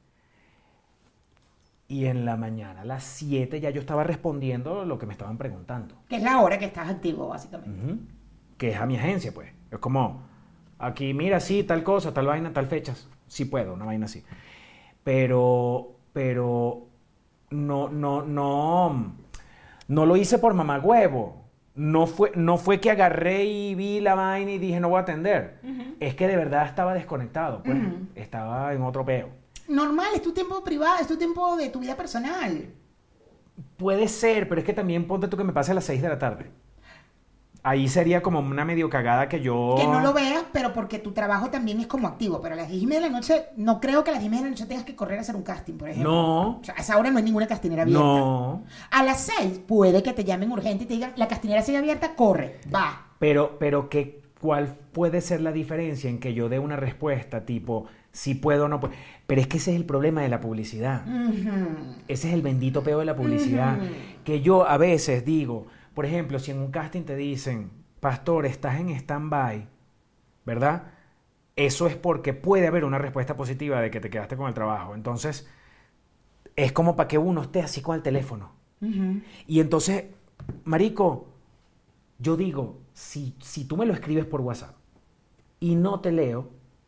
Y en la mañana, a las siete, ya yo estaba respondiendo lo que me estaban preguntando. Que es la hora que estás activo, básicamente. Ujú. Que es a mi agencia, pues. Es como, aquí, mira, sí, tal cosa, tal vaina, tal fechas. Sí puedo, una vaina así. Pero, pero, no, no, no, no lo hice por mamagüevo. No fue, no fue que agarré y vi la vaina y dije, no voy a atender. Ujú. Es que de verdad estaba desconectado, pues. Ujú. Estaba en otro peo. Normal, es tu tiempo privado, es tu tiempo de tu vida personal. Puede ser, pero es que también ponte tú que me pase a las seis de la tarde. Ahí sería como una medio cagada que yo... Que no lo veas, pero porque tu trabajo también es como activo. Pero a las diez y media de la noche, no creo que a las diez y media de la noche tengas que correr a hacer un casting, por ejemplo. No. O sea, a esa hora no hay ninguna castinera abierta. No. A las seis puede que te llamen urgente y te digan, la castinera sigue abierta, corre, va. Pero, pero que, ¿cuál puede ser la diferencia en que yo dé una respuesta tipo, si puedo o no puedo? Pero es que ese es el problema de la publicidad. Ujú. Ese es el bendito peo de la publicidad. Ujú. Que yo a veces digo, por ejemplo, si en un casting te dicen, pastor, estás en stand-by, ¿verdad? Eso es porque puede haber una respuesta positiva de que te quedaste con el trabajo. Entonces, es como para que uno esté así con el teléfono. Ujú. Y entonces, marico, yo digo, si, si tú me lo escribes por WhatsApp y no te leo,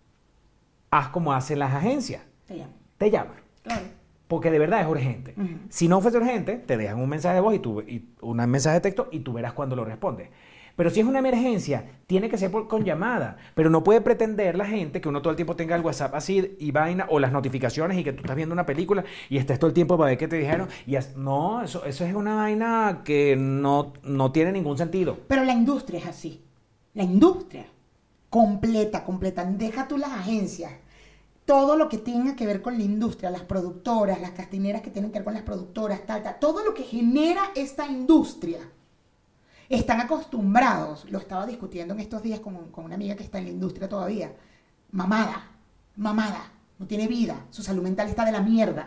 haz como hacen las agencias. Te llamo. Te llaman. Claro. Porque de verdad es urgente. Ujú. Si no fuese urgente, te dejan un mensaje de voz y, tú, y un mensaje de texto y tú verás cuándo lo respondes. Pero si es una emergencia, tiene que ser por, con llamada. Pero no puede pretender la gente que uno todo el tiempo tenga el WhatsApp así y vaina, o las notificaciones y que tú estás viendo una película y estés todo el tiempo para ver qué te dijeron. Y as- no, eso, eso es una vaina que no, no tiene ningún sentido. Pero la industria es así. La industria. Completa, completa. Deja tú las agencias. Todo lo que tenga que ver con la industria, las productoras, las castineras que tienen que ver con las productoras, tal, tal. Todo lo que genera esta industria. Están acostumbrados, lo estaba discutiendo en estos días con, con una amiga que está en la industria todavía, mamada, mamada, no tiene vida, su salud mental está de la mierda.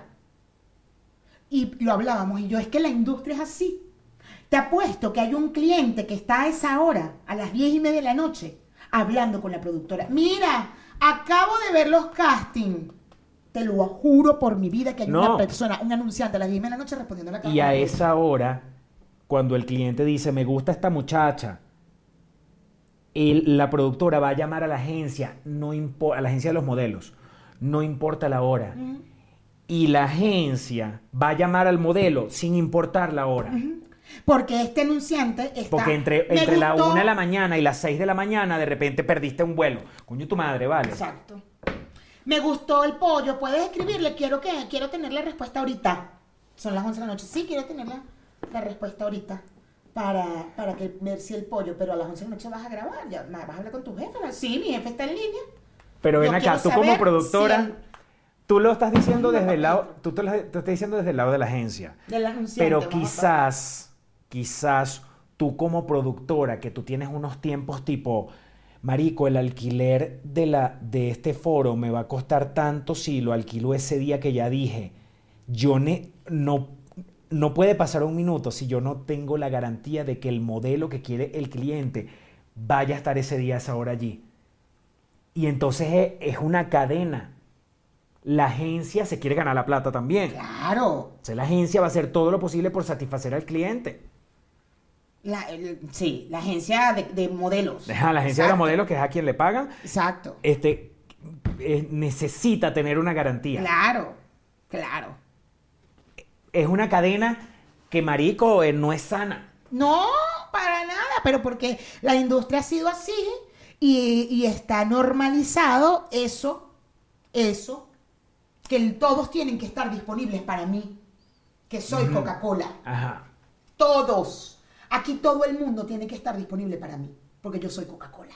Y lo hablábamos, y yo, es que la industria es así. Te apuesto que hay un cliente que está a esa hora, a las diez y media de la noche, hablando con la productora. Mira, acabo de ver los castings. Te lo juro por mi vida que hay No. una persona, un anunciante a las diez y media de la noche respondiendo a la Y a esa hora, cuando el cliente dice, me gusta esta muchacha, el- la productora va a llamar a la agencia, no impo- a la agencia de los modelos, no importa la hora. Ujú. Y la agencia va a llamar al modelo sin importar la hora. Porque este anunciante está... Porque entre, Me entre la gustó- una de la mañana y las seis de la mañana, de repente perdiste un vuelo. Coño, tu madre, vale. Exacto. Me gustó el pollo, puedes escribirle, quiero que quiero tener la respuesta ahorita. Son las once de la noche. Sí, quiero tener la, la respuesta ahorita para, para que ver si el pollo, pero a las once de la noche vas a grabar, ya vas a hablar con tu jefe. ¿No? Sí, mi jefe está en línea. Pero ven Yo acá, quiero tú como saber productora, si el- tú lo estás diciendo No, desde el lado, papito. tú te lo te estás diciendo desde el lado de la agencia. Del anunciante. Pero vamos a- quizás, quizás tú como productora, que tú tienes unos tiempos tipo, marico, el alquiler de, la, de este foro me va a costar tanto si lo alquilo ese día que ya dije. Yo ne- no, no puede pasar un minuto si yo no tengo la garantía de que el modelo que quiere el cliente vaya a estar ese día, a esa hora allí. Y entonces es, es una cadena. La agencia se quiere ganar la plata también. Claro. Entonces la agencia va a hacer todo lo posible por satisfacer al cliente. La, el- sí, la agencia de, de modelos. Deja, la agencia de los Exacto. modelos, que es a quien le pagan, Exacto. este, eh, necesita tener una garantía. Claro, claro. Es una cadena que, marico, eh, no es sana. No, para nada, pero porque la industria ha sido así y, y está normalizado eso, eso, que el- todos tienen que estar disponibles para mí, que soy Coca-Cola. Ajá. Todos. Aquí todo el mundo tiene que estar disponible para mí, porque yo soy Coca-Cola.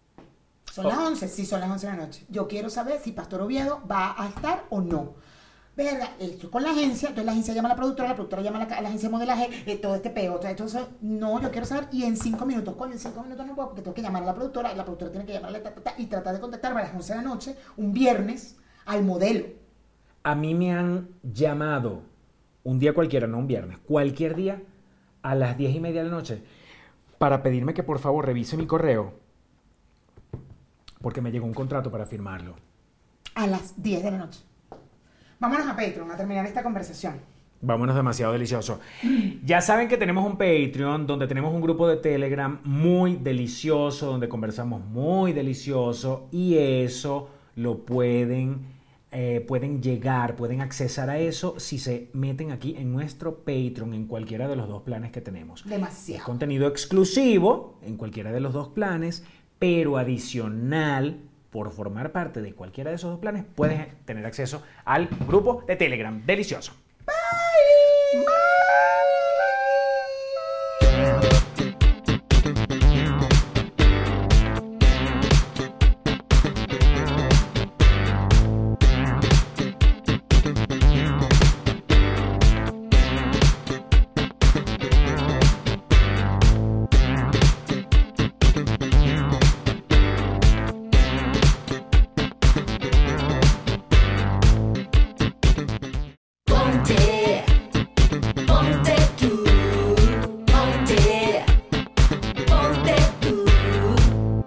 ¿Son Oh. las once? Sí, son las once de la noche. Yo quiero saber si Pastor Oviedo va a estar o no. verga, esto con la agencia, entonces la agencia llama a la productora, la productora llama a la, a la agencia de modelaje, eh, todo este peo, todo esto, eso, no, yo quiero saber, y en cinco minutos, coño, en cinco minutos no puedo, porque tengo que llamar a la productora, y la productora tiene que llamarle, ta, ta, ta, y tratar de contactarme a las once de la noche, un viernes, al modelo. A mí me han llamado un día cualquiera, no un viernes, cualquier día, a las diez y media de la noche, para pedirme que por favor revise mi correo, porque me llegó un contrato para firmarlo. A las diez de la noche. Vámonos a Patreon a terminar esta conversación. Vámonos, demasiado delicioso. Ya saben que tenemos un Patreon donde tenemos un grupo de Telegram muy delicioso, donde conversamos muy delicioso, y eso lo pueden, eh, pueden llegar, pueden accesar a eso si se meten aquí en nuestro Patreon en cualquiera de los dos planes que tenemos. Demasiado. Contenido exclusivo en cualquiera de los dos planes, pero adicional. Por formar parte de cualquiera de esos dos planes, puedes tener acceso al grupo de Telegram. Delicioso. Bye. Bye.